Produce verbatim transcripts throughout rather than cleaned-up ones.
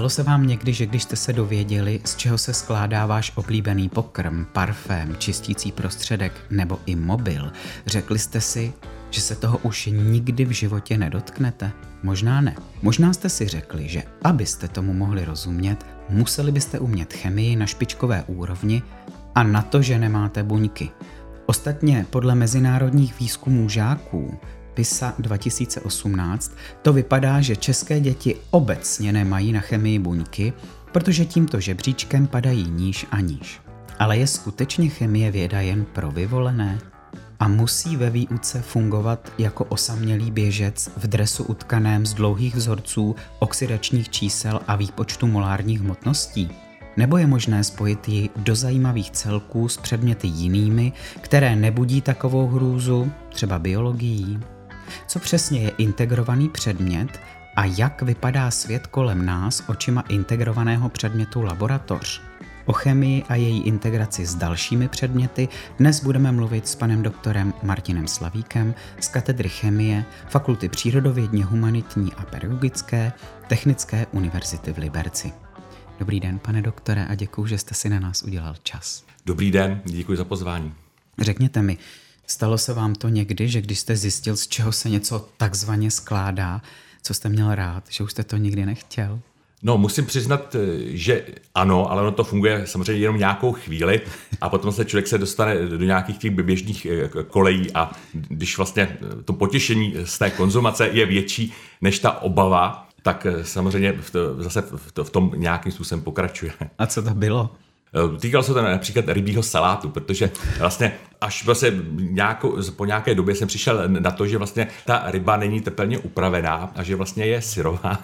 Stalo se vám někdy, že když jste se dověděli, z čeho se skládá váš oblíbený pokrm, parfém, čistící prostředek nebo i mobil, řekli jste si, že se toho už nikdy v životě nedotknete? Možná ne. Možná jste si řekli, že abyste tomu mohli rozumět, museli byste umět chemii na špičkové úrovni a na to, že nemáte buňky. Ostatně podle mezinárodních výzkumů žáků PISA dva tisíce osmnáct to vypadá, že české děti obecně nemají na chemii buňky, protože tímto žebříčkem padají níž a níž. Ale je skutečně chemie věda jen pro vyvolené? A musí ve výuce fungovat jako osamělý běžec v dresu utkaném z dlouhých vzorců, oxidačních čísel a výpočtu molárních hmotností? Nebo je možné spojit ji do zajímavých celků s předměty jinými, které nebudí takovou hrůzu, třeba biologií? Co přesně je integrovaný předmět a jak vypadá svět kolem nás očima integrovaného předmětu laboratoř? O chemii a její integraci s dalšími předměty dnes budeme mluvit s panem doktorem Martinem Slavíkem z katedry chemie Fakulty přírodovědně humanitní a pedagogické Technické univerzity v Liberci. Dobrý den, pane doktore, a děkuji, že jste si na nás udělal čas. Dobrý den, děkuji za pozvání. Řekněte mi, stalo se vám to někdy, že když jste zjistil, z čeho se něco takzvaně skládá, co jste měl rád, že už jste to nikdy nechtěl? No, musím přiznat, že ano, ale ono to funguje samozřejmě jenom nějakou chvíli a potom se člověk se dostane do nějakých těch běžných kolejí a když vlastně to potěšení z té konzumace je větší než ta obava, tak samozřejmě v to, zase v, to, v tom nějakým způsobem pokračuje. A co to bylo? Týkalo se to například rybího salátu, protože vlastně až vlastně nějakou, po nějaké době jsem přišel na to, že vlastně ta ryba není tepelně upravená a že vlastně je syrová.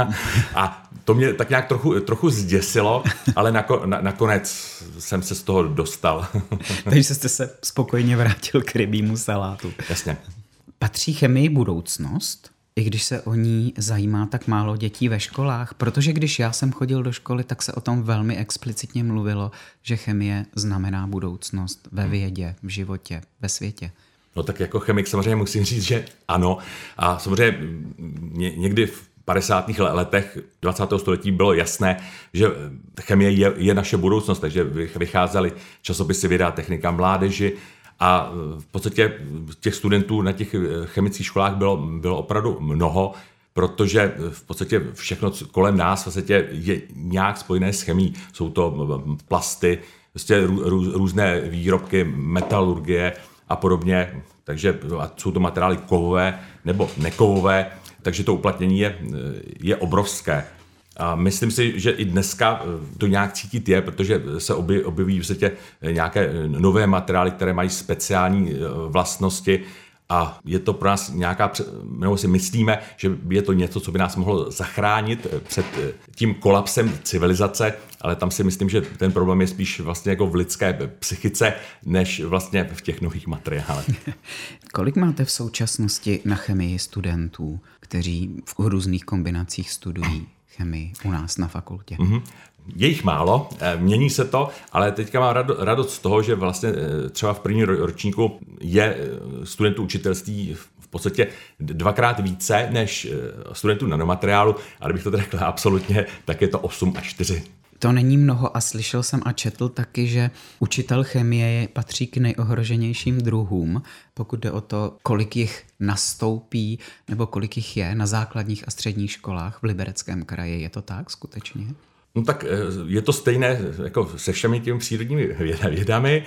A to mě tak nějak trochu, trochu zděsilo, ale nako, na, nakonec jsem se z toho dostal. Takže jste se spokojně vrátil k rybímu salátu. Jasně. Patří chemii budoucnost? I když se o ní zajímá tak málo dětí ve školách, protože když já jsem chodil do školy, tak se o tom velmi explicitně mluvilo, že chemie znamená budoucnost ve vědě, v životě, ve světě. No tak jako chemik samozřejmě musím říct, že ano. A samozřejmě někdy v padesátých letech dvacátého století bylo jasné, že chemie je, je naše budoucnost, takže vycházely časopisy Věda a technika mládeži, a v podstatě těch studentů na těch chemických školách bylo, bylo opravdu mnoho, protože v podstatě všechno kolem nás vlastně je nějak spojené s chemií. Jsou to plasty, vlastně rů, různé výrobky, metalurgie a podobně. Takže jsou to materiály kovové nebo nekovové, takže to uplatnění je, je obrovské. A myslím si, že i dneska to nějak cítit je, protože se objeví v světě nějaké nové materiály, které mají speciální vlastnosti a je to pro nás nějaká, nebo si myslíme, že je to něco, co by nás mohlo zachránit před tím kolapsem civilizace, ale tam si myslím, že ten problém je spíš vlastně jako v lidské psychice, než vlastně v těch nových materiálech. Kolik máte v současnosti na chemii studentů, kteří v různých kombinacích studují chemii u nás na fakultě? Mm-hmm. Je jich málo, mění se to, ale teďka mám radost z toho, že vlastně třeba v prvním ročníku je studentů učitelství v podstatě dvakrát více než studentů nanomateriálu, ale bych to řekl absolutně, tak je to osm a čtyři. To není mnoho a slyšel jsem a četl taky, že učitel chemie patří k nejohroženějším druhům, pokud jde o to, kolik jich nastoupí nebo kolik jich je na základních a středních školách v Libereckém kraji. Je to tak skutečně? No tak je to stejné jako se všemi těmi přírodními vědami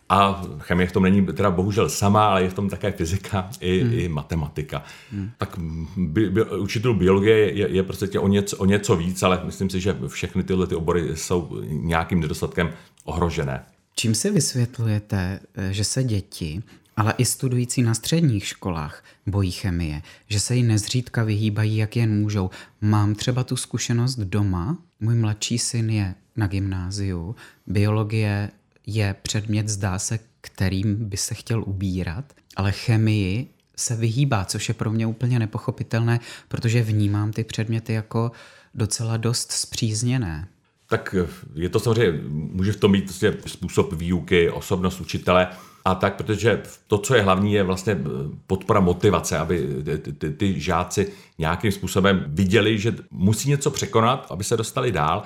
a chemie v tom není teda bohužel sama, ale je v tom také fyzika i, hmm. i matematika. Hmm. Tak by, by, učitel biologie je, je prostě o něco, o něco víc, ale myslím si, že všechny tyhle ty obory jsou nějakým nedostatkem ohrožené. Čím si vysvětlujete, že se děti, ale i studující na středních školách bojí chemie, že se jí nezřídka vyhýbají, jak jen můžou? Mám třeba tu zkušenost doma, můj mladší syn je na gymnáziu, biologie je předmět, zdá se, kterým by se chtěl ubírat, ale chemii se vyhýbá, což je pro mě úplně nepochopitelné, protože vnímám ty předměty jako docela dost spřízněné. Tak je to samozřejmě, může v tom být způsob výuky, osobnost učitele, a tak, protože to, co je hlavní, je vlastně podpora motivace, aby ty, ty, ty žáci nějakým způsobem viděli, že musí něco překonat, aby se dostali dál.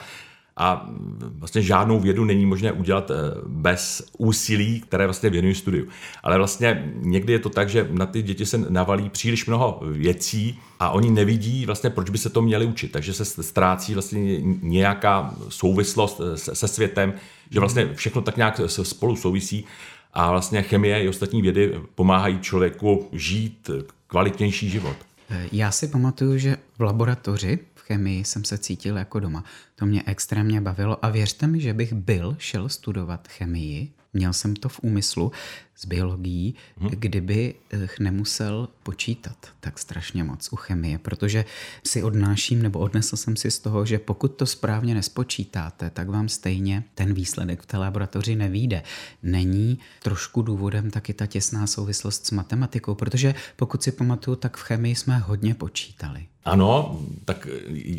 A vlastně žádnou vědu není možné udělat bez úsilí, které vlastně věnují studiu. Ale vlastně někdy je to tak, že na ty děti se navalí příliš mnoho věcí a oni nevidí vlastně, proč by se to měli učit. Takže se ztrácí vlastně nějaká souvislost se světem, že vlastně všechno tak nějak spolu souvisí a vlastně chemie i ostatní vědy pomáhají člověku žít kvalitnější život. Já si pamatuju, že v laboratoři v chemii jsem se cítil jako doma. To mě extrémně bavilo a věřte mi, že bych byl šel studovat chemii, měl jsem to v úmyslu s biologií, hmm. kdyby nemusel počítat tak strašně moc u chemie, protože si odnáším nebo odnesl jsem si z toho, že pokud to správně nespočítáte, tak vám stejně ten výsledek v té laboratoři nevyjde. Není trošku důvodem taky ta těsná souvislost s matematikou, protože pokud si pamatuju, tak v chemii jsme hodně počítali. Ano, tak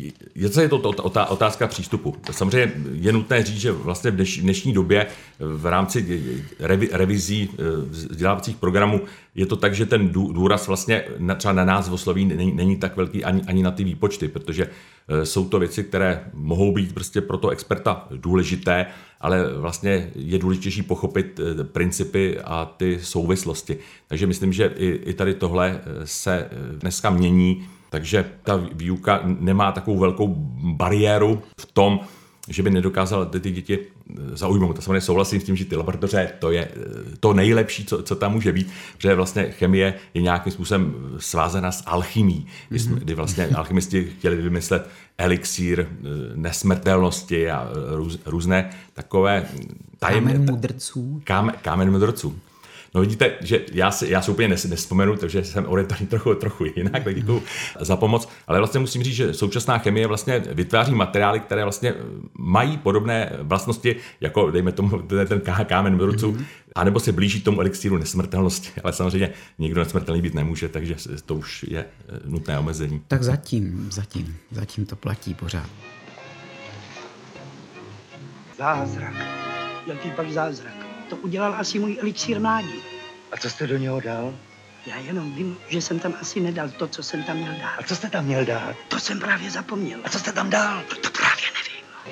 je to, je to otázka přístupu. Samozřejmě je nutné říct, že vlastně v dnešní době v rámci revi, revizí vzdělávacích programů je to tak, že ten důraz vlastně třeba na nás v osloví není, není tak velký ani, ani na ty výpočty, protože jsou to věci, které mohou být prostě pro toho experta důležité, ale vlastně je důležitější pochopit principy a ty souvislosti. Takže myslím, že i, i tady tohle se dneska mění. Takže ta výuka nemá takovou velkou bariéru v tom, že by nedokázala ty děti zaujmout. A samozřejmě souhlasím s tím, že ty laboratoře, to je to nejlepší, co, co tam může být, protože vlastně chemie je nějakým způsobem svázaná s alchymí, mm-hmm. kdy vlastně alchymisti chtěli vymyslet elixír nesmrtelnosti a růz, různé takové tajemné... Kámen mudrců. Kámen, kámen mudrců. No vidíte, že já si, já si úplně nes, nespomenu, takže jsem orientovaný trochu, trochu jinak, tak děkuju za pomoc. Ale vlastně musím říct, že současná chemie vlastně vytváří materiály, které vlastně mají podobné vlastnosti, jako dejme tomu ten kámen mudrců, mm-hmm. anebo se blíží tomu elixíru nesmrtelnosti. Ale samozřejmě nikdo nesmrtelný být nemůže, takže to už je nutné omezení. Tak zatím, zatím, zatím to platí pořád. Zázrak. Jaký pak zázrak? To udělal asi můj elixír mládí. A co jste do něho dal? Já jenom vím, že jsem tam asi nedal to, co jsem tam měl dát. A co jste tam měl dát? To jsem právě zapomněl. A co jste tam dal? To právě nevím.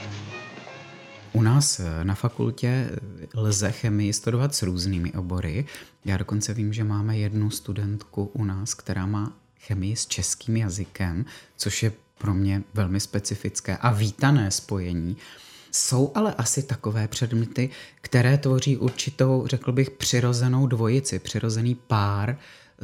U nás na fakultě lze chemii studovat s různými obory. Já dokonce vím, že máme jednu studentku u nás, která má chemii s českým jazykem, což je pro mě velmi specifické a vítané spojení. Jsou ale asi takové předměty, které tvoří určitou, řekl bych, přirozenou dvojici, přirozený pár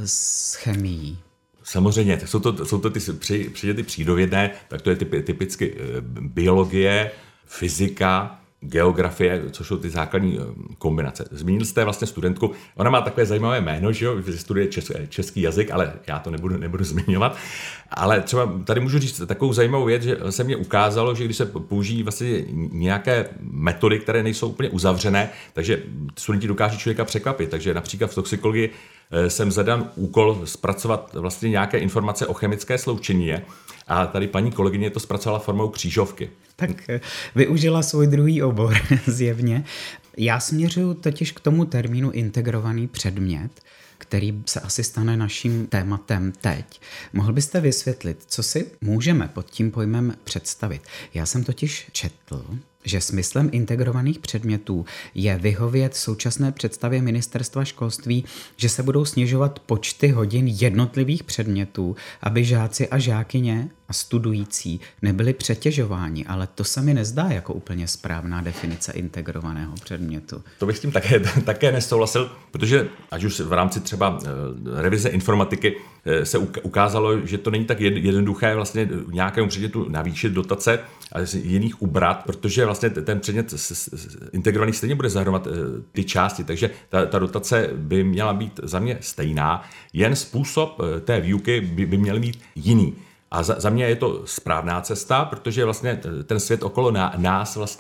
s chemií. Samozřejmě, tak jsou to, jsou to ty předměty přírodovědné, tak to je typicky biologie, fyzika, geografie, což jsou ty základní kombinace. Zmínil jste vlastně studentku, ona má takové zajímavé jméno, že jo, že studuje čes, český jazyk, ale já to nebudu, nebudu zmiňovat. Ale třeba tady můžu říct takovou zajímavou věc, že se mně ukázalo, že když se použijí vlastně nějaké metody, které nejsou úplně uzavřené, takže studenti dokáží člověka překvapit. Takže například v toxikologii jsem zadan úkol zpracovat vlastně nějaké informace o chemické sloučenině a tady paní kolegyně to zpracovala formou křížovky. Tak využila svůj druhý obor zjevně. Já směřuju totiž k tomu termínu integrovaný předmět, který se asi stane naším tématem teď. Mohl byste vysvětlit, co si můžeme pod tím pojmem představit? Já jsem totiž četl, že smyslem integrovaných předmětů je vyhovět současné představě ministerstva školství, že se budou snižovat počty hodin jednotlivých předmětů, aby žáci a žákyně a studující nebyli přetěžováni, ale to se mi nezdá jako úplně správná definice integrovaného předmětu. To bych s tím také, také nesouhlasil, protože ať už v rámci třeba revize informatiky se ukázalo, že to není tak jednoduché vlastně nějakému předmětu navýšit dotace a z jiných ubrat, protože vlastně ten předmět integrovaný stejně bude zahrnovat ty části, takže ta, ta dotace by měla být za mě stejná, jen způsob té výuky by, by měl být jiný. A za, za mě je to správná cesta, protože vlastně ten svět okolo nás vlastně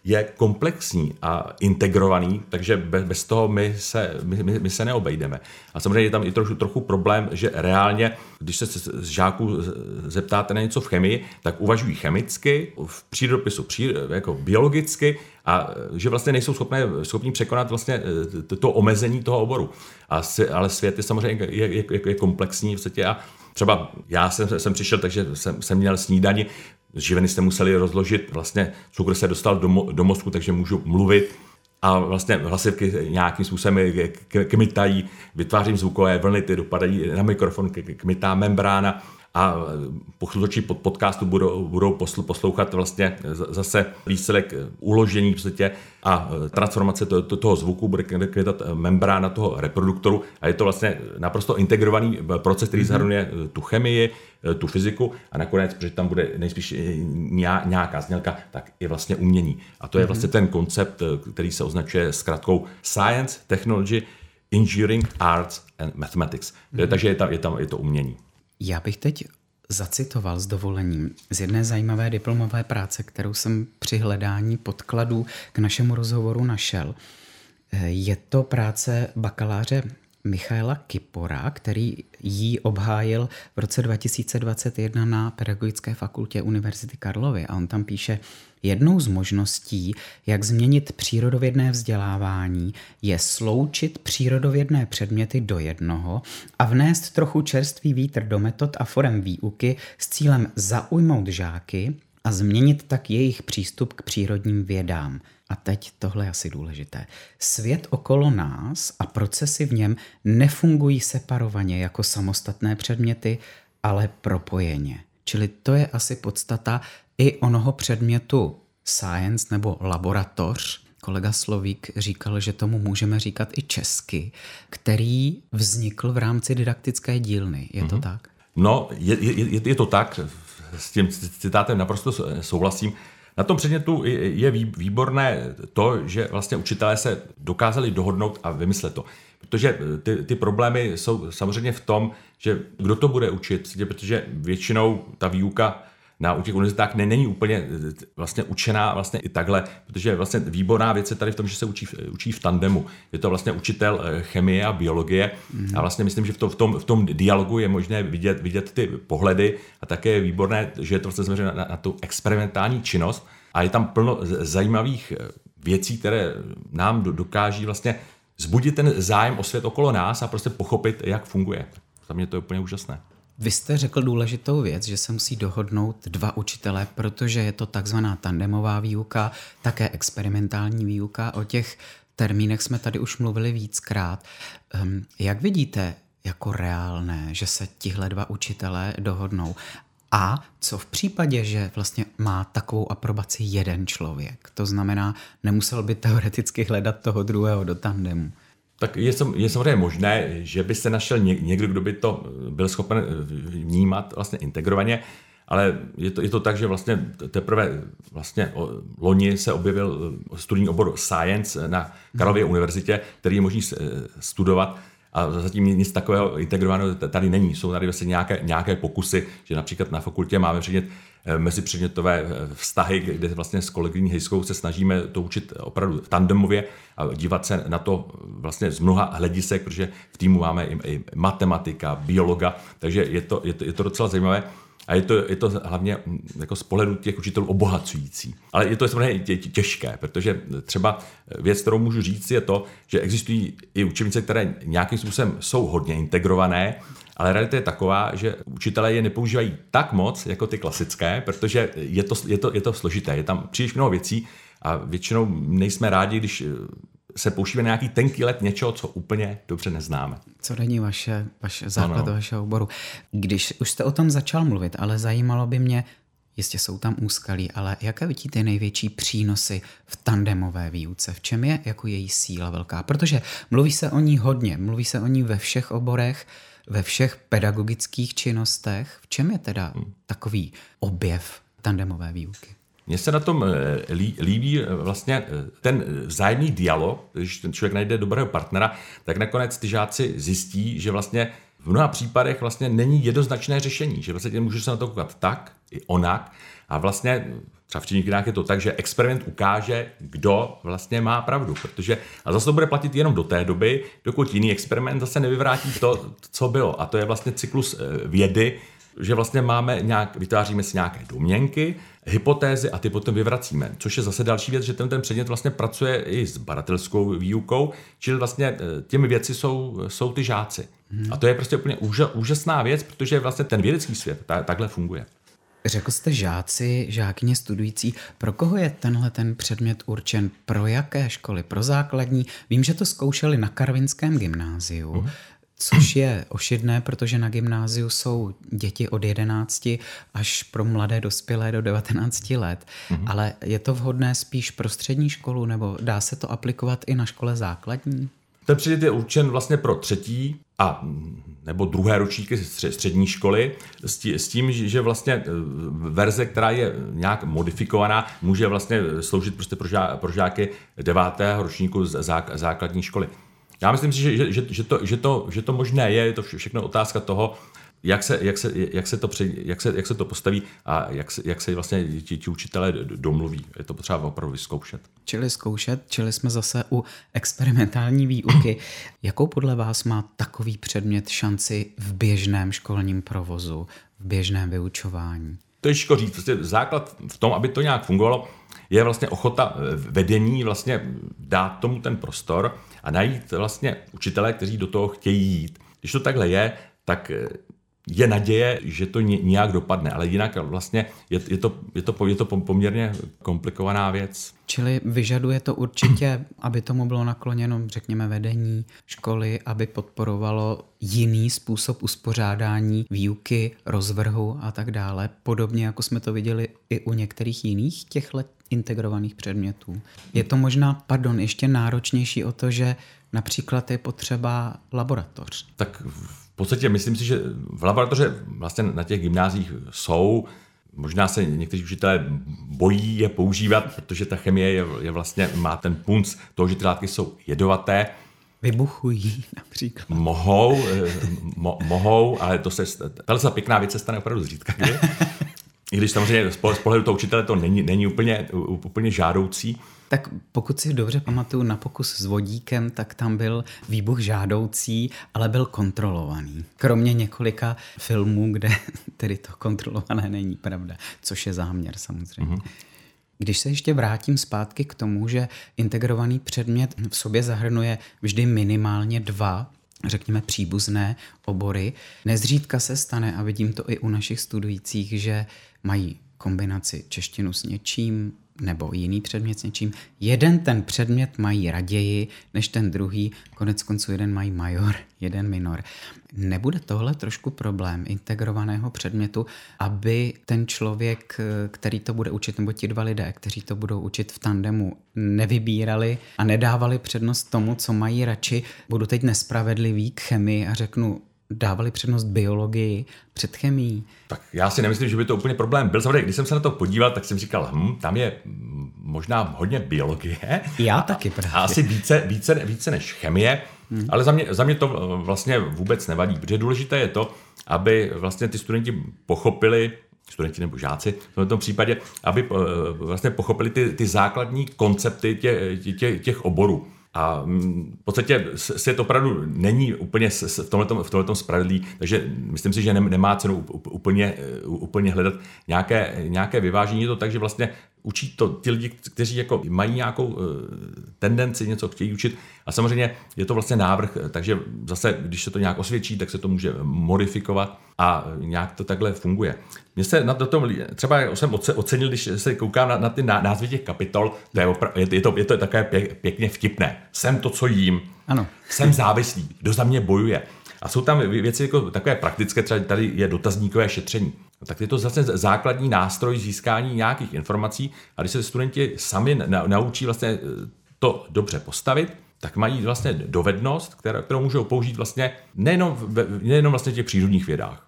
je komplexní a integrovaný, takže bez toho my se, my, my se neobejdeme. A samozřejmě je tam i trochu, trochu problém, že reálně, když se z žáků zeptáte na něco v chemii, tak uvažují chemicky, v přírodopisu přír, jako biologicky a že vlastně nejsou schopné, schopní překonat vlastně to omezení toho oboru. A, ale svět je samozřejmě je, je, je komplexní v světě a třeba já jsem, jsem přišel, takže jsem, jsem měl snídani, živiny jste museli rozložit, vlastně cukr se dostal do, mo, do mozku, takže můžu mluvit a vlastně hlasivky nějakým způsobem kmitají, vytvářím zvukové vlny, ty dopadají na mikrofon, kmitá membrána a posluchači pod podcastu budou, budou poslouchat vlastně zase výsledek uložení v světě a transformace to, to, toho zvuku, bude kmitat membrána toho reproduktoru a je to vlastně naprosto integrovaný proces, který zahrnuje tu chemii, tu fyziku a nakonec, protože tam bude nejspíš nějaká znělka, tak i vlastně umění. A to je vlastně ten koncept, který se označuje zkratkou Science, Technology, Engineering, Arts and Mathematics. Mm-hmm. Takže je tam, je tam je to umění. Já bych teď zacitoval s dovolením z jedné zajímavé diplomové práce, kterou jsem při hledání podkladů k našemu rozhovoru našel. Je to práce bakaláře Michaela Kypora, který ji obhájil v roce dva tisíce dvacet jedna na Pedagogické fakultě Univerzity Karlovy. A on tam píše, jednou z možností, jak změnit přírodovědné vzdělávání, je sloučit přírodovědné předměty do jednoho a vnést trochu čerstvý vítr do metod a forem výuky s cílem zaujmout žáky a změnit tak jejich přístup k přírodním vědám. A teď tohle je asi důležité. Svět okolo nás a procesy v něm nefungují separovaně jako samostatné předměty, ale propojeně. Čili to je asi podstata i onoho předmětu science nebo laboratoř. Kolega Slovík říkal, že tomu můžeme říkat i česky, který vznikl v rámci didaktické dílny. Je to mm-hmm. tak? No, je, je, je to tak. S tím citátem naprosto souhlasím. Na tom předmětu je výborné to, že vlastně učitelé se dokázali dohodnout a vymyslet to. Protože ty, ty problémy jsou samozřejmě v tom, že kdo to bude učit, protože většinou ta výuka na u těch univerzitách není úplně vlastně učená vlastně i takhle, protože vlastně výborná věc je tady v tom, že se učí, učí v tandemu. Je to vlastně učitel chemie a biologie mm. a vlastně myslím, že v tom, v tom, v tom dialogu je možné vidět, vidět ty pohledy a také je výborné, že je to vlastně zaměřené na, na tu experimentální činnost a je tam plno zajímavých věcí, které nám dokáží vlastně zbudit ten zájem o svět okolo nás a prostě pochopit, jak funguje. Za mě to je úplně úžasné. Vy jste řekl důležitou věc, že se musí dohodnout dva učitelé, protože je to takzvaná tandemová výuka, také experimentální výuka. O těch termínech jsme tady už mluvili víckrát. Um, jak vidíte jako reálné, že se tihle dva učitelé dohodnou? A co v případě, že vlastně má takovou aprobaci jeden člověk? To znamená, nemusel by teoreticky hledat toho druhého do tandemu. Tak je, je samozřejmě možné, že by se našel někdo, kdo by to byl schopen vnímat vlastně integrovaně, ale je to, je to tak, že vlastně teprve vlastně loni se objevil studijní obor Science na Karlově univerzitě, který je možný studovat a zatím nic takového integrovaného tady není. Jsou tady vlastně nějaké, nějaké pokusy, že například na fakultě máme předmět mezipředmětové vztahy, kde vlastně s kolegyní Hejskou se snažíme to učit opravdu tandemově a dívat se na to vlastně z mnoha hledisek, protože v týmu máme i matematika, biologa, takže je to, je to, je to docela zajímavé. A je to, je to hlavně jako z pohledu těch učitelů obohacující. Ale je to samozřejmě těžké, protože třeba věc, kterou můžu říct, je to, že existují i učebnice, které nějakým způsobem jsou hodně integrované, ale realita je taková, že učitelé je nepoužívají tak moc jako ty klasické, protože je to, je to, je to složité. Je tam příliš mnoho věcí a většinou nejsme rádi, když se pouštíme na nějaký tenký let něčeho, co úplně dobře neznáme. Co není vaše, vaše základ no, no. vašeho oboru? Když už jste o tom začal mluvit, ale zajímalo by mě, jistě jsou tam úskalí, ale jaké vidíte největší přínosy v tandemové výuce? V čem je jako její síla velká? Protože mluví se o ní hodně, mluví se o ní ve všech oborech, ve všech pedagogických činnostech. V čem je teda hmm. takový objev tandemové výuky? Mně se na tom líbí vlastně ten vzájemný dialog, když ten člověk najde dobrého partnera, tak nakonec ty žáci zjistí, že vlastně v mnoha případech vlastně není jednoznačné řešení, že vlastně můžeš se na to koukat tak i onak a vlastně třeba v činných dějinách je to tak, že experiment ukáže, kdo vlastně má pravdu, protože a zase to bude platit jenom do té doby, dokud jiný experiment zase nevyvrátí to, co bylo. A to je vlastně cyklus vědy, že vlastně máme nějak, vytváříme si nějaké domněnky, hypotézy a ty potom vyvracíme. Což je zase další věc, že ten, ten předmět vlastně pracuje i s badatelskou výukou, čili vlastně těmi věci jsou, jsou ty žáci. Hmm. A to je prostě úplně úžasná věc, protože vlastně ten vědecký svět ta, takhle funguje. Řekl jste žáci, žákyně studující. Pro koho je tenhle ten předmět určen? Pro jaké školy? Pro základní? Vím, že to zkoušeli na Karvinském gymnáziu, uh-huh. což je ošidné, protože na gymnáziu jsou děti od jedenácti až pro mladé dospělé do devatenácti let. Uh-huh. Ale je to vhodné spíš pro střední školu, nebo dá se to aplikovat i na škole základní? Ten předmět je určen vlastně pro třetí a nebo druhé ročníky střední školy s tím, že vlastně verze, která je nějak modifikovaná, může vlastně sloužit prostě pro, žá, pro žáky devátého ročníku základní školy. Já myslím si, že, že, že, to, že, to, že to možné je, je to všechno otázka toho, jak se, jak se, jak se, to, jak se, jak se to postaví a jak se, jak se vlastně ti, ti učitelé domluví. Je to potřeba opravdu vyzkoušet. Čili zkoušet, čili jsme zase u experimentální výuky. Jakou podle vás má takový předmět šanci v běžném školním provozu, v běžném vyučování? To je těžko říct. Prostě základ v tom, aby to nějak fungovalo, je vlastně ochota vedení vlastně dát tomu ten prostor a najít vlastně učitele, kteří do toho chtějí jít. Když to takhle je, tak je naděje, že to nějak dopadne, ale jinak vlastně je, je, to, je, to, je to poměrně komplikovaná věc. Čili vyžaduje to určitě, aby tomu bylo nakloněno, řekněme, vedení školy, aby podporovalo jiný způsob uspořádání výuky, rozvrhu a tak dále, podobně jako jsme to viděli i u některých jiných těchto integrovaných předmětů. Je to možná, pardon, ještě náročnější o to, že například je potřeba laboratoř. Tak v podstatě myslím si, že v laboratoře vlastně na těch gymnáziích jsou, možná se někteří učitelé bojí je používat, protože ta chemie je, je vlastně, má ten punc toho, že ty látky jsou jedovaté. Vybuchují například. Mohou, mo, mohou, ale to se, tato pěkná věc se stane opravdu zřídka. I když samozřejmě z pohledu toho učitele to není, není úplně, úplně žádoucí. Tak pokud si dobře pamatuju na pokus s vodíkem, tak tam byl výbuch žádoucí, ale byl kontrolovaný. Kromě několika filmů, kde tedy to kontrolované není, pravda, což je záměr samozřejmě. Mm-hmm. Když se ještě vrátím zpátky k tomu, že integrovaný předmět v sobě zahrnuje vždy minimálně dva, řekněme, příbuzné obory, nezřídka se stane, a vidím to i u našich studujících, že mají kombinaci češtinu s něčím, nebo jiný předmět s něčím. Jeden ten předmět mají raději než ten druhý, konec konců jeden mají major, jeden minor. Nebude tohle trošku problém integrovaného předmětu, aby ten člověk, který to bude učit, nebo ti dva lidé, kteří to budou učit v tandemu, nevybírali a nedávali přednost tomu, co mají radši? Budu teď nespravedlivý k chemii a řeknu, dávali přednost biologii před chemií. Tak já si nemyslím, že by to úplně problém byl. Samozřejmě, když jsem se na to podíval, tak jsem říkal, hm, tam je možná hodně biologie. Já a, taky právě. A asi více, více, více než chemie, hmm. ale za mě, za mě to vlastně vůbec nevadí, protože důležité je to, aby vlastně ty studenti pochopili, studenti nebo žáci v tom případě, aby vlastně pochopili ty, ty základní koncepty tě, tě, těch oborů. A v podstatě svět opravdu není úplně v tomhletom, v tomhletom spravedlivý, takže myslím si, že nemá cenu úplně, úplně hledat nějaké, nějaké vyvážení. Je to tak, že vlastně učí to ti lidi, kteří jako mají nějakou tendenci něco chtějí učit a samozřejmě je to vlastně návrh, takže zase, když se to nějak osvědčí, tak se to může modifikovat a nějak to takhle funguje. Mně se na tom, třeba jsem ocenil, když se koukám na, na ty názvy těch kapitol, to je, opra- je, to, je to také pěkně vtipné. Jsem to, co jím. Ano. Jsem závislý. Kdo za mě bojuje. A jsou tam věci jako takové praktické, třeba tady je dotazníkové šetření. Tak je to zase základní nástroj získání nějakých informací a když se studenti sami na, naučí vlastně to dobře postavit, tak mají vlastně dovednost, kterou, kterou můžou použít vlastně nejenom v, nejenom vlastně v těch přírodních vědách.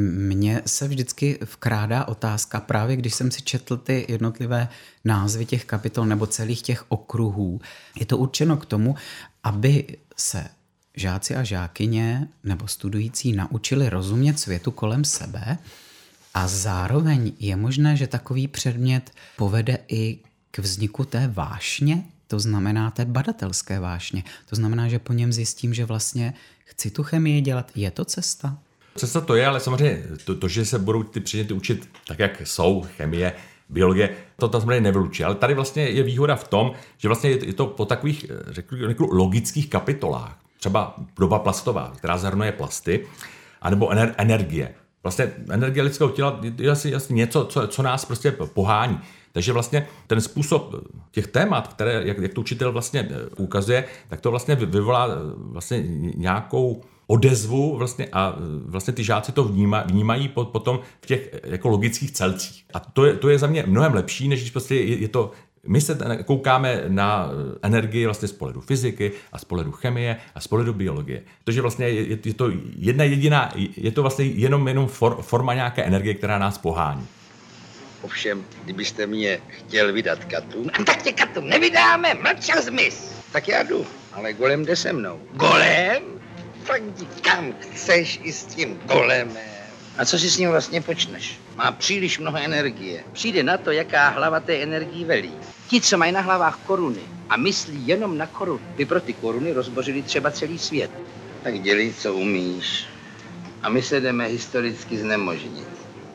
Mně se vždycky vkrádá otázka, právě když jsem si četl ty jednotlivé názvy těch kapitol nebo celých těch okruhů. Je to určeno k tomu, aby se žáci a žákyně nebo studující naučili rozumět světu kolem sebe a zároveň je možné, že takový předmět povede i k vzniku té vášně, to znamená té badatelské vášně. To znamená, že po něm zjistím, že vlastně chci tu chemii dělat. Je to cesta? Cesta to je, ale samozřejmě to, to že se budou ty předměty učit tak, jak jsou, chemie, biologie, to tam samozřejmě nevylučí. Ale tady vlastně je výhoda v tom, že vlastně je to po takových, řekl, řekl, logických kapitolách. Třeba doba plastová, která zahrnuje plasty, anebo ener- energie. Vlastně energie lidského těla je asi, asi něco, co, co nás prostě pohání. Takže vlastně ten způsob těch témat, které, jak, jak to učitel vlastně ukazuje, tak to vlastně vyvolá vlastně nějakou odezvu vlastně a vlastně ty žáci to vníma, vnímají potom v těch jako logických celcích. A to je, to je za mě mnohem lepší, než když prostě je, je to, my se koukáme na energii vlastně z pohledu fyziky a z pohledu chemie a z pohledu biologie. Protože vlastně je, je to jedna jediná, je to vlastně jenom, jenom for, forma nějaké energie, která nás pohání. Ovšem, kdybyste mě chtěl vydat Katům, tak tě Katům nevydáme, mlčel zmiz. Tak já jdu, ale Golem jde se mnou. Golem? Tak jdi kam chceš i s tím Golemem. A co si s ním vlastně počneš? Má příliš mnoho energie. Přijde na to, jaká hlava té energii velí. Ti, co mají na hlavách koruny a myslí jenom na korunu, by pro ty koruny rozbořili třeba celý svět. Tak dělej, co umíš. A my se jdeme historicky znemožnit.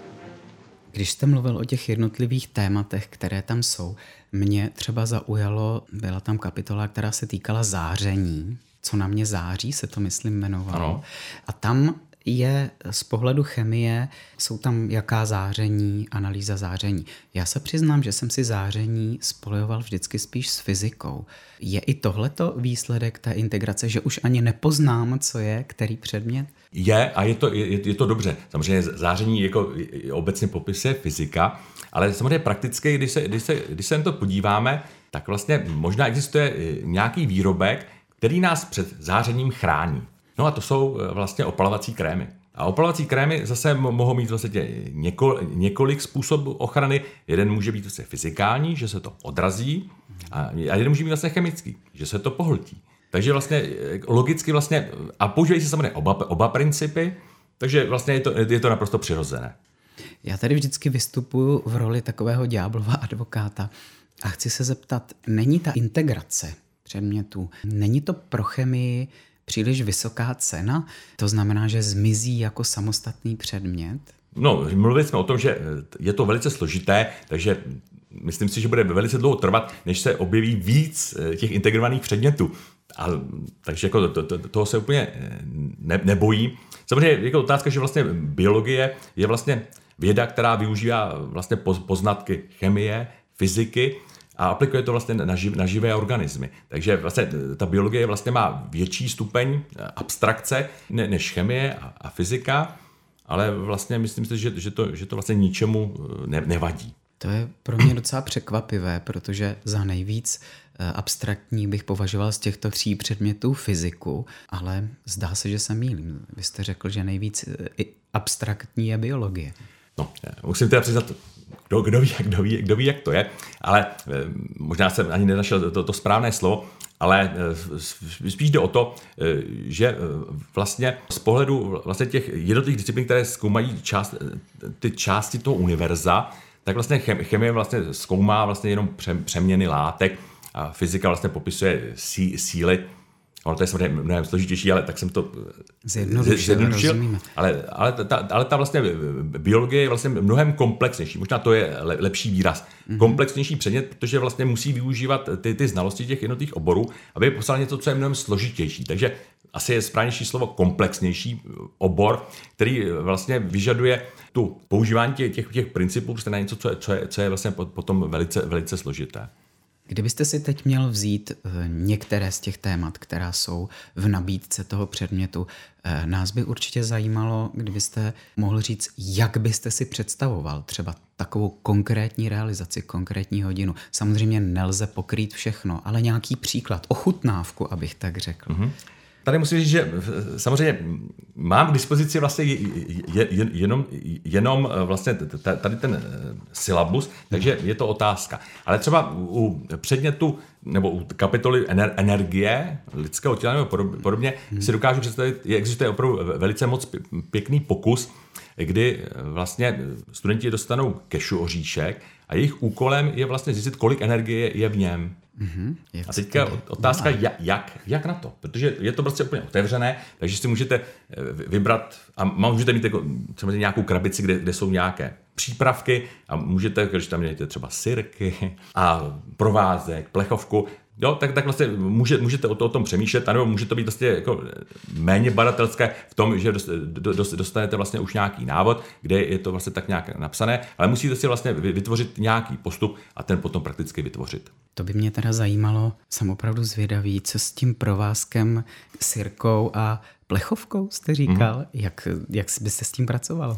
Když jste mluvil o těch jednotlivých tématech, které tam jsou, mě třeba zaujalo, byla tam kapitola, která se týkala záření. Co na mě září, se to myslím jmenovalo. Ano. A tam je z pohledu chemie, jsou tam jaká záření, analýza záření. Já se přiznám, že jsem si záření spojoval vždycky spíš s fyzikou. Je i tohleto výsledek té integrace, že už ani nepoznám, co je, který předmět? Je a je to, je, je to dobře. Samozřejmě záření jako obecně popisuje fyzika, ale samozřejmě prakticky, když se, když se, když se na to podíváme, tak vlastně možná existuje nějaký výrobek, který nás před zářením chrání. No a to jsou vlastně opalovací krémy. A opalovací krémy zase mohou mít vlastně něko, několik způsobů ochrany. Jeden může být vlastně fyzikální, že se to odrazí, a jeden může být vlastně chemický, že se to pohltí. Takže vlastně logicky vlastně, a používají se samozřejmě oba, oba principy, takže vlastně je to, je to naprosto přirozené. Já tady vždycky vystupuju v roli takového ďáblova advokáta a chci se zeptat, není ta integrace předmětů, není to pro chemii příliš vysoká cena? To znamená, že zmizí jako samostatný předmět? No, mluvili jsme o tom, že je to velice složité, takže myslím si, že bude velice dlouho trvat, než se objeví víc těch integrovaných předmětů. A, takže jako to, to, toho se úplně ne, nebojím. Samozřejmě jako otázka, že vlastně biologie je vlastně věda, která využívá vlastně poznatky chemie, fyziky a aplikuje to vlastně na, živ, na živé organismy. Takže vlastně ta biologie vlastně má větší stupeň abstrakce ne, než chemie a, a fyzika, ale vlastně myslím si, že, že, to, že to vlastně ničemu ne, nevadí. To je pro mě docela překvapivé, protože za nejvíc abstraktní bych považoval z těchto tří předmětů fyziku, ale zdá se, že se mýlím. Vy jste řekl, že nejvíc abstraktní je biologie. No, musím teda přiznat, kdo, kdo, ví, kdo, ví, kdo ví, jak to je, ale možná jsem ani nenašel to, to správné slovo, ale spíš jde o to, že vlastně z pohledu vlastně těch jednotlivých disciplín, které zkoumají část, ty části toho univerza, tak vlastně chemie vlastně zkoumá vlastně jenom přeměny látek a fyzika vlastně popisuje sí, síly. Ono to je samozřejmě mnohem složitější, ale tak jsem to zjednodušil. Ale, ale, ta, ale ta vlastně biologie je vlastně mnohem komplexnější. Možná to je lepší výraz. Mm-hmm. Komplexnější předmět, protože vlastně musí využívat ty, ty znalosti těch jednotlivých oborů, aby poslal něco, co je mnohem složitější. Takže asi je správnější slovo komplexnější obor, který vlastně vyžaduje tu používání těch, těch, těch principů prostě na něco, co je, co je, co je vlastně potom velice, velice složité. Kdybyste si teď měl vzít některé z těch témat, která jsou v nabídce toho předmětu, nás by určitě zajímalo, kdybyste mohl říct, jak byste si představoval třeba takovou konkrétní realizaci, konkrétní hodinu. Samozřejmě nelze pokrýt všechno, ale nějaký příklad, ochutnávku, abych tak řekl. Mm-hmm. tady musím říct, že samozřejmě mám k dispozici vlastně je, je, jenom, jenom vlastně tady ten syllabus, takže je to otázka. Ale třeba u předmětu nebo u kapitoly energie lidského těla nebo podobně hmm. si dokážu představit, existuje opravdu velice moc pěkný pokus, kdy vlastně studenti dostanou kešu oříšek a jejich úkolem je vlastně zjistit, kolik energie je v něm. Mm-hmm. A teďka otázka, jak, jak, jak na to? Protože je to prostě úplně otevřené, takže si můžete vybrat a můžete mít jako, třeba nějakou krabici, kde, kde jsou nějaké přípravky a můžete, když tam mějte třeba sirky a provázek, plechovku, jo, tak, tak vlastně může, můžete o, to, o tom přemýšlet, anebo může to být vlastně jako méně badatelské v tom, že dostanete vlastně už nějaký návod, kde je to vlastně tak nějak napsané, ale musíte si vlastně vytvořit nějaký postup a ten potom prakticky vytvořit. To by mě teda zajímalo, jsem opravdu zvědavý, co s tím provázkem, sirkou a plechovkou jste říkal, mm. jak, jak byste s tím pracoval?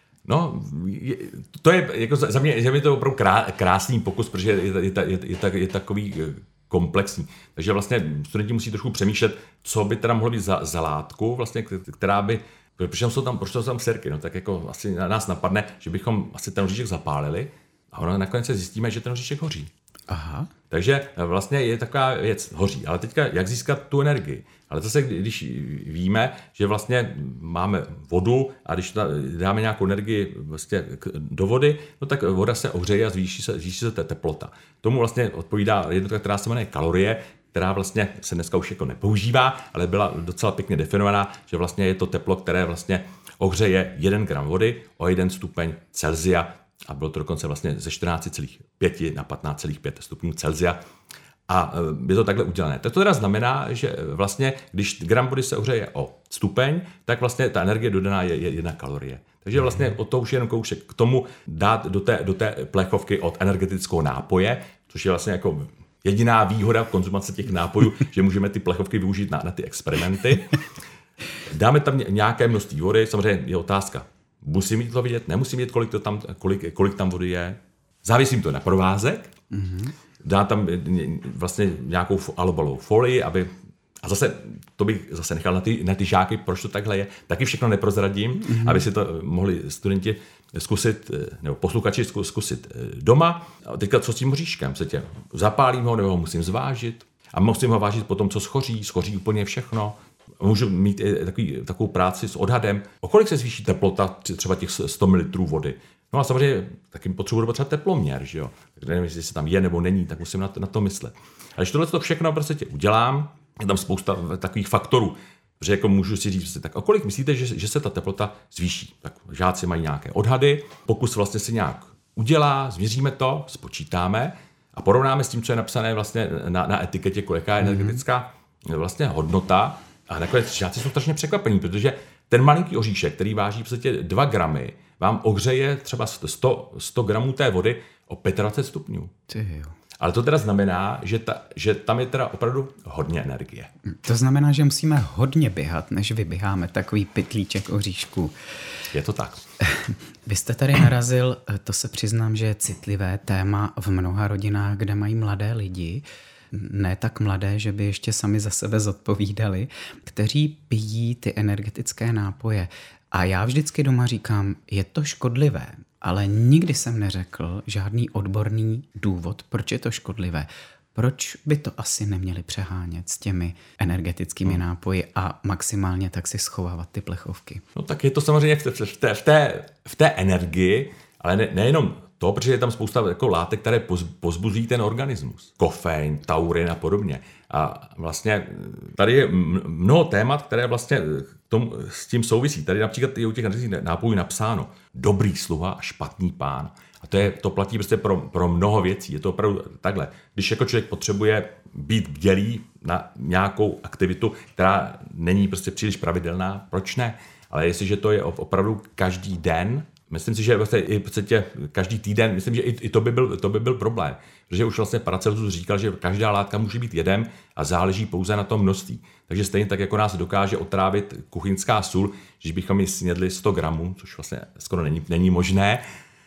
No, je, to je jako za mě, za mě to je opravdu krá, krásný pokus, protože je, je, je, je, je, je takový komplexní. Takže vlastně studenti musí trošku přemýšlet, co by teda mohlo být za, za látku, vlastně, která by, protože jsou tam, proč jsou tam sirky, no tak jako asi na nás napadne, že bychom asi ten oříšek zapálili a ono nakonec se zjistíme, že ten oříšek hoří. Aha. Takže vlastně je taková věc, hoří, ale teďka jak získat tu energii? Ale zase, když víme, že vlastně máme vodu a když dáme nějakou energii vlastně do vody, no tak voda se ohřeje a zvýší se, zvýší se teplota. Tomu vlastně odpovídá jednotka, která se jmenuje kalorie, která vlastně se dneska už jako nepoužívá, ale byla docela pěkně definovaná, že vlastně je to teplo, které vlastně ohřeje jeden gram vody o jeden stupeň Celsia a bylo to dokonce vlastně ze čtrnáct celá pět na patnáct celá pět stupňů Celsia. A je to takhle udělané. Tak to teda znamená, že vlastně, když gram vody se ohřeje o stupeň, tak vlastně ta energie dodaná je jedna kalorie. Takže vlastně o to už je jen koušek k tomu dát do té, do té plechovky od energetického nápoje, což je vlastně jako jediná výhoda v konzumaci těch nápojů, že můžeme ty plechovky využít na, na ty experimenty. Dáme tam nějaké množství vody, samozřejmě je otázka, musím mít to vidět, nemusím vidět, kolik, to tam, kolik, kolik tam vody je. Závisím to na provázek, mm-hmm. Dá tam vlastně nějakou alobalovou folii, aby, a zase to bych zase nechal na ty, na ty žáky, proč to takhle je, taky všechno neprozradím, mm-hmm. aby si to mohli studenti zkusit, nebo posluchači zkusit doma. A teďka co s tím oříškem? Zapálím ho, nebo ho musím zvážit a musím ho vážit po tom, co schoří, schoří úplně všechno. Můžu mít i takový, takovou práci s odhadem, o kolik se zvýší teplota třeba těch sto mililitrů vody. No a samozřejmě taky potřebuji třeba teploměr, že jo. Tak nevím, jestli se tam je nebo není, tak musím na to, na to myslet. A když tohle to všechno prostě udělám, je tam spousta takových faktorů, že jako můžu si říct, tak o kolik myslíte, že, že se ta teplota zvýší? Tak žáci mají nějaké odhady, pokus vlastně se nějak udělá, změříme to, spočítáme a porovnáme s tím, co je napsané vlastně na, na etiketě, jaká je energetická vlastně hodnota. A nakonec žáci jsou strašně překvapení, protože ten malinký oříšek, který váží v podstatě dva gramy, vám ohřeje třeba sto, sto gramů té vody o dvacet pět stupňů. Ale to teda znamená, že, ta, že tam je teda opravdu hodně energie. To znamená, že musíme hodně běhat, než vyběháme takový pytlíček oříšků. Je to tak. Vy jste tady narazil, to se přiznám, že je citlivé téma v mnoha rodinách, kde mají mladé lidi, ne tak mladé, že by ještě sami za sebe zodpovídali, kteří pijí ty energetické nápoje. A já vždycky doma říkám, je to škodlivé, ale nikdy jsem neřekl žádný odborný důvod, proč je to škodlivé. Proč by to asi neměli přehánět s těmi energetickými hmm. nápoji a maximálně tak si schovávat ty plechovky? No tak je to samozřejmě v té, v té, v té, v té energii, ale ne, nejenom to, protože je tam spousta jako látek, které pozbuzují ten organismus. Kofein, taurin a podobně. A vlastně tady je mnoho témat, které vlastně tom, s tím souvisí. Tady například je u těch nápojů napsáno dobrý sluha a špatný pán. A to, je, to platí prostě pro, pro mnoho věcí. Je to opravdu takhle. Když jako člověk potřebuje být bdělý na nějakou aktivitu, která není prostě příliš pravidelná, proč ne? Ale jestliže to je opravdu každý den, myslím si, že vlastně i v podstatě každý týden, myslím, že i, i to, by byl, to by byl problém. Protože už vlastně Paracelsus říkal, že každá látka může být jedem a záleží pouze na tom množství. Takže stejně tak, jako nás dokáže otrávit kuchyňská sůl, když bychom ji snědli sto gramů, což vlastně skoro není, není možné,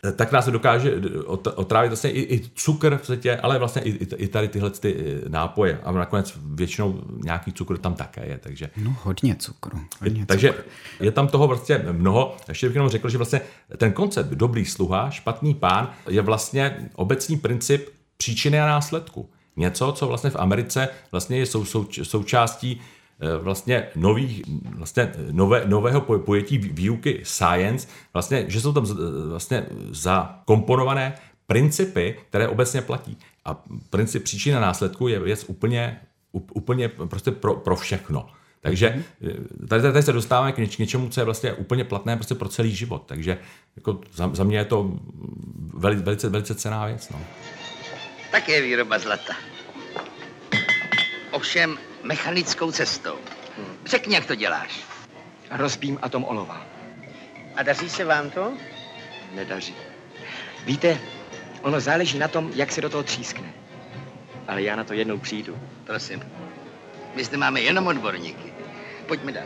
tak nás dokáže otrávit vlastně i, i cukr v světě, ale vlastně i, i tady tyhle ty nápoje. A nakonec většinou nějaký cukr tam také je. Takže... No hodně cukru. Hodně je, takže cukru. Je tam toho vlastně mnoho. Ještě bych jenom řekl, že vlastně ten koncept dobrý sluha, špatný pán je vlastně obecný princip příčiny a následku. Něco, co vlastně v Americe vlastně je sou, sou, součástí vlastně nových, vlastně nové, nového pojetí výuky science, vlastně, že jsou tam vlastně zakomponované principy, které obecně platí. A princip příčiny a následku je věc úplně, úplně prostě pro, pro všechno. Takže tady, tady se dostáváme k, něč, k něčemu, co je vlastně úplně platné prostě pro celý život. Takže jako za, za mě je to velice, velice, velice cenná věc. No. Také výroba zlata. Ovšem mechanickou cestou. Řekni, jak to děláš. Rozbím atom olova. A daří se vám to? Nedaří. Víte, ono záleží na tom, jak se do toho třískne. Ale já na to jednou přijdu. Prosím. My zde máme jenom odborníky. Pojďme dál.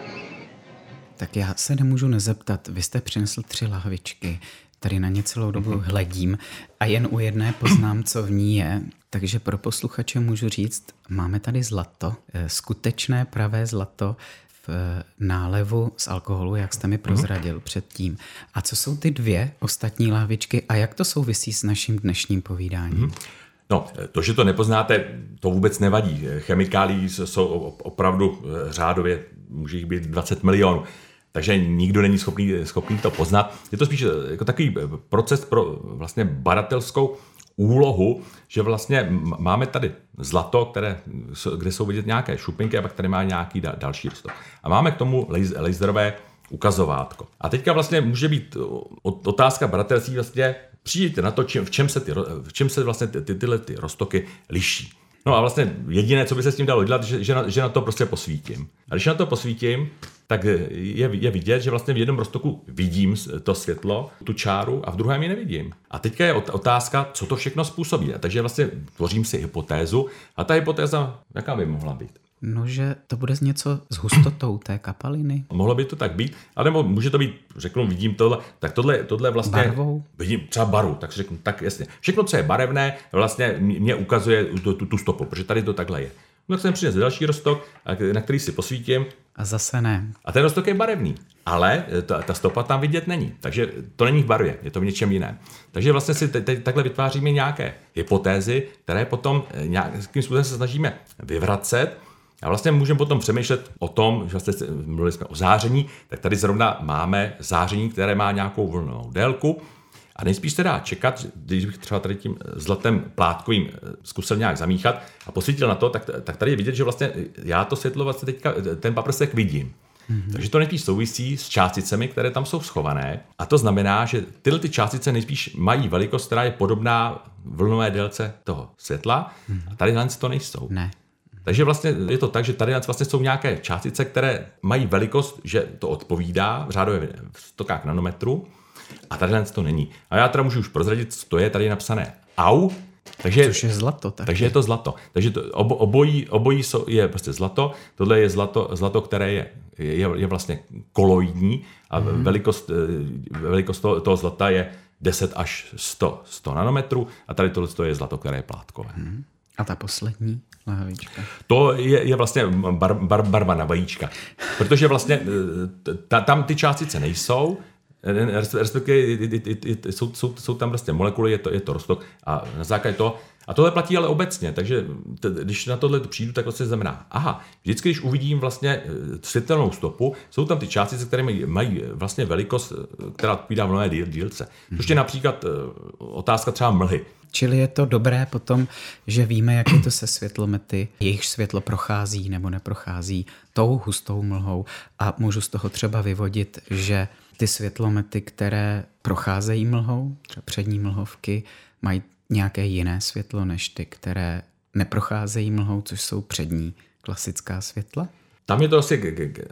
Tak já se nemůžu nezeptat. Vy jste přinesl tři lahvičky. Tady na ně celou dobu hledím a jen u jedné poznám, co v ní je. Takže pro posluchače můžu říct, máme tady zlato, skutečné pravé zlato v nálevu z alkoholu, jak jste mi prozradil předtím. A co jsou ty dvě ostatní lahvičky a jak to souvisí s naším dnešním povídáním? No, to, že to nepoznáte, to vůbec nevadí. Chemikálií jsou opravdu řádově, může jich být dvacet milionů. Takže nikdo není schopný, schopný to poznat. Je to spíš jako takový proces pro vlastně badatelskou úlohu, že vlastně máme tady zlato, které, kde jsou vidět nějaké šupinky a pak tady má nějaký další rostok. A máme k tomu laserové ukazovátko. A teďka vlastně může být otázka badatelství vlastně přijít na to, čím, v čem se, ty, v čem se vlastně ty, tyhle ty roztoky liší. No a vlastně jediné, co by se s tím dalo dělat, že, že, na, že na to prostě posvítím. A když na to posvítím, tak je, je vidět, že vlastně v jednom roztoku vidím to světlo, tu čáru a v druhém ji nevidím. A teďka je otázka, co to všechno způsobí. A takže vlastně tvořím si hypotézu a ta hypotéza, jaká by mohla být? No, že to bude něco s hustotou té kapaliny. Mohlo by to tak být, ale může to být, řeknu, vidím tohle, tak tohle, tohle vlastně... Barvou? Vidím třeba barvu, tak si řeknu, tak jasně. Všechno, co je barevné, vlastně mě ukazuje tu, tu, tu stopu, protože tady to takhle je. No tak jsem přinesl další rostok, na který si posvítím. A zase ne. A ten rostok je barevný, ale ta, ta stopa tam vidět není. Takže to není v barvě, je to v něčem jiném. Takže vlastně si teď takhle vytváříme nějaké hypotézy, které potom nějakým způsobem se snažíme vyvracet. A vlastně můžeme potom přemýšlet o tom, že vlastně mluvili jsme o záření, tak tady zrovna máme záření, které má nějakou vlnovou délku. A nejspíš se dá čekat, když bych třeba tady tím zlatem plátkovým zkusil nějak zamíchat a posvítil na to, tak, tak tady je vidět, že vlastně já to světlo vlastně teďka, ten paprsek vidím. Mm-hmm. Takže to nejspíš souvisí s částicemi, které tam jsou schované. A to znamená, že tyhle ty částice nejspíš mají velikost, která je podobná vlnové délce toho světla. Mm-hmm. A tady to nejsou. Ne. Takže vlastně je to tak, že tady vlastně jsou nějaké částice, které mají velikost, že to odpovídá v řádově v stokách nanometrů. A tady to není. A já teda můžu už prozradit, co to je tady napsané au. Takže, což je zlato. Taky. Takže je to zlato. Takže to, obo, obojí, obojí je prostě zlato. Tohle je zlato, zlato které je, je, je vlastně koloidní a mm. velikost, velikost toho, toho zlata je deset až sto, sto nanometrů a tady tohle je zlato, které je plátkové. Mm. A ta poslední lahvička? To je, je vlastně bar, bar, barva na vajíčka. Protože vlastně ta, tam ty částice nejsou, respektive jsou, jsou, jsou tam prostě molekuly, je to, je to roztok a na základě toho, a tohle platí ale obecně, takže t, když na tohle přijdu, tak vlastně znamená, aha, vždycky, když uvidím vlastně světelnou stopu, jsou tam ty částice, které mají, mají vlastně velikost, která odpovídá vlnové dílce. Což je například otázka třeba mlhy. Čili je to dobré potom, že víme, jak je to se světlomety, jejich světlo prochází nebo neprochází tou hustou mlhou a můžu z toho třeba vyvodit, že ty světlomety, které procházejí mlhou, třeba přední mlhovky, mají nějaké jiné světlo než ty, které neprocházejí mlhou, což jsou přední klasická světla? Tam je to asi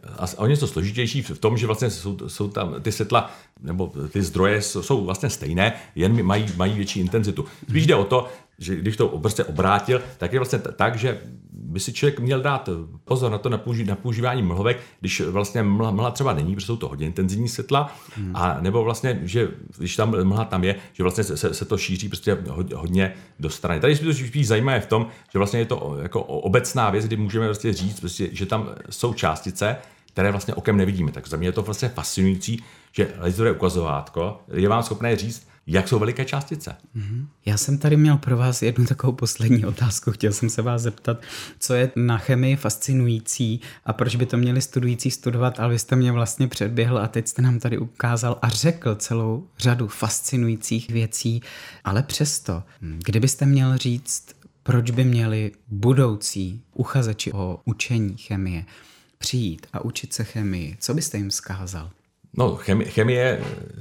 o něco složitější v tom, že vlastně jsou, jsou tam ty světla, nebo ty zdroje jsou vlastně stejné, jen mají, mají větší intenzitu. Spíš jde o to, že když to prostě obrátil, tak je vlastně tak, že by si člověk měl dát pozor na to na, použi- na používání mlhovek, když vlastně mlha, mlha třeba není, protože jsou to hodně intenzivní světla, hmm. a nebo vlastně, že když tam mlha tam je, že vlastně se, se to šíří prostě hodně do strany. Tady je to spíš zajímavé v tom, že vlastně je to jako obecná věc, kdy můžeme vlastně říct, prostě, že tam jsou částice, které vlastně okem nevidíme. Tak za mě je to vlastně fascinující, že laserové ukazovátko je vám schopné říct, jak jsou veliké částice. Mm-hmm. Já jsem tady měl pro vás jednu takovou poslední otázku. Chtěl jsem se vás zeptat, co je na chemii fascinující a proč by to měli studující studovat, ale vy jste mě vlastně předběhl a teď jste nám tady ukázal a řekl celou řadu fascinujících věcí, ale přesto, kdybyste měl říct, proč by měli budoucí uchazeči o učení chemie přijít a učit se chemii, co byste jim vzkázal? No, chemie, chemie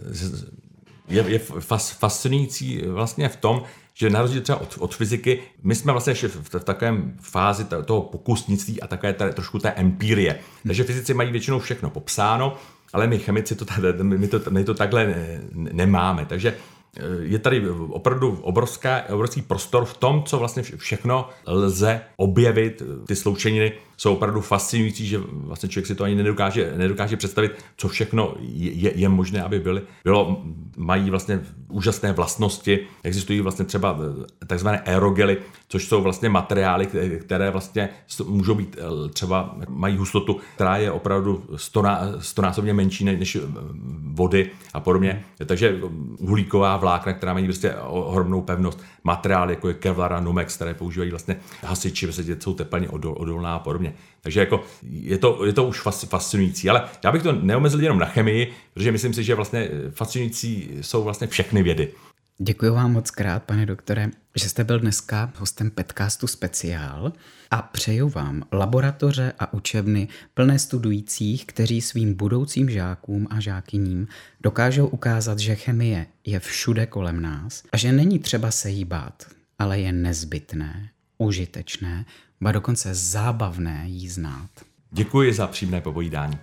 je, je fas, fascinující vlastně v tom, že na rozdíl třeba od, od fyziky, my jsme vlastně ještě v, v, v takovém fázi toho pokusnictví a také tady, trošku té empirie. Takže fyzici mají většinou všechno popsáno, ale my chemici to, tady, my to, my to takhle ne, nemáme. Takže je tady opravdu obrovská, obrovský prostor v tom, co vlastně všechno lze objevit. Ty sloučeniny jsou opravdu fascinující, že vlastně člověk si to ani nedokáže, nedokáže představit, co všechno je, je možné, aby byly. Bylo, mají vlastně úžasné vlastnosti, existují vlastně třeba takzvané aerogely, což jsou vlastně materiály, které vlastně můžou být třeba, mají hustotu, která je opravdu stonásobně menší než vody a podobně. Takže uhlíková vlákna, která mají prostě ohromnou pevnost, materiály jako je Kevlar a Nomex, které používají vlastně hasiči, protože jsou tepelně odolná a podobně. Takže jako je to, je to už fascinující, ale já bych to neomezil jenom na chemii, protože myslím si, že vlastně fascinující jsou vlastně všechny vědy. Děkuji vám moc krát, pane doktore, že jste byl dneska hostem Petcastu Speciál a přeju vám laboratoře a učebny plné studujících, kteří svým budoucím žákům a žákyním dokážou ukázat, že chemie je všude kolem nás a že není třeba se jí bát, ale je nezbytné, užitečné, ba dokonce zábavné jí znát. Děkuji za příjemné popovídání.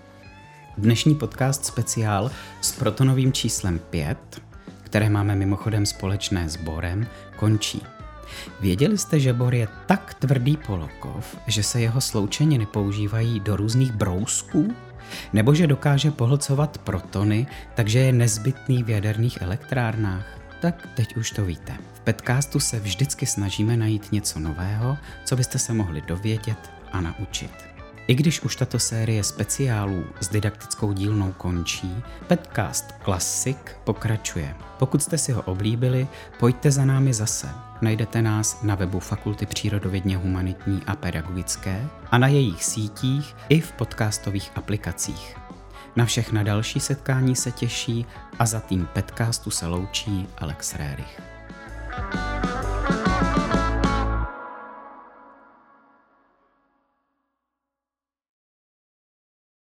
Dnešní podcast Speciál s protonovým číslem pět, které máme mimochodem společné s borem, končí. Věděli jste, že bor je tak tvrdý polokov, že se jeho sloučeniny používají do různých brousků? Nebo že dokáže pohlcovat protony, takže je nezbytný v jaderných elektrárnách? Tak teď už to víte. V Petcastu se vždycky snažíme najít něco nového, co byste se mohli dovědět a naučit. I když už tato série speciálů s didaktickou dílnou končí, Petcast Classic pokračuje. Pokud jste si ho oblíbili, pojďte za námi zase. Najdete nás na webu Fakulty přírodovědně humanitní a pedagogické a na jejich sítích i v podcastových aplikacích. Na všechna další setkání se těší a za tým Petcastu se loučí Alex Rérich.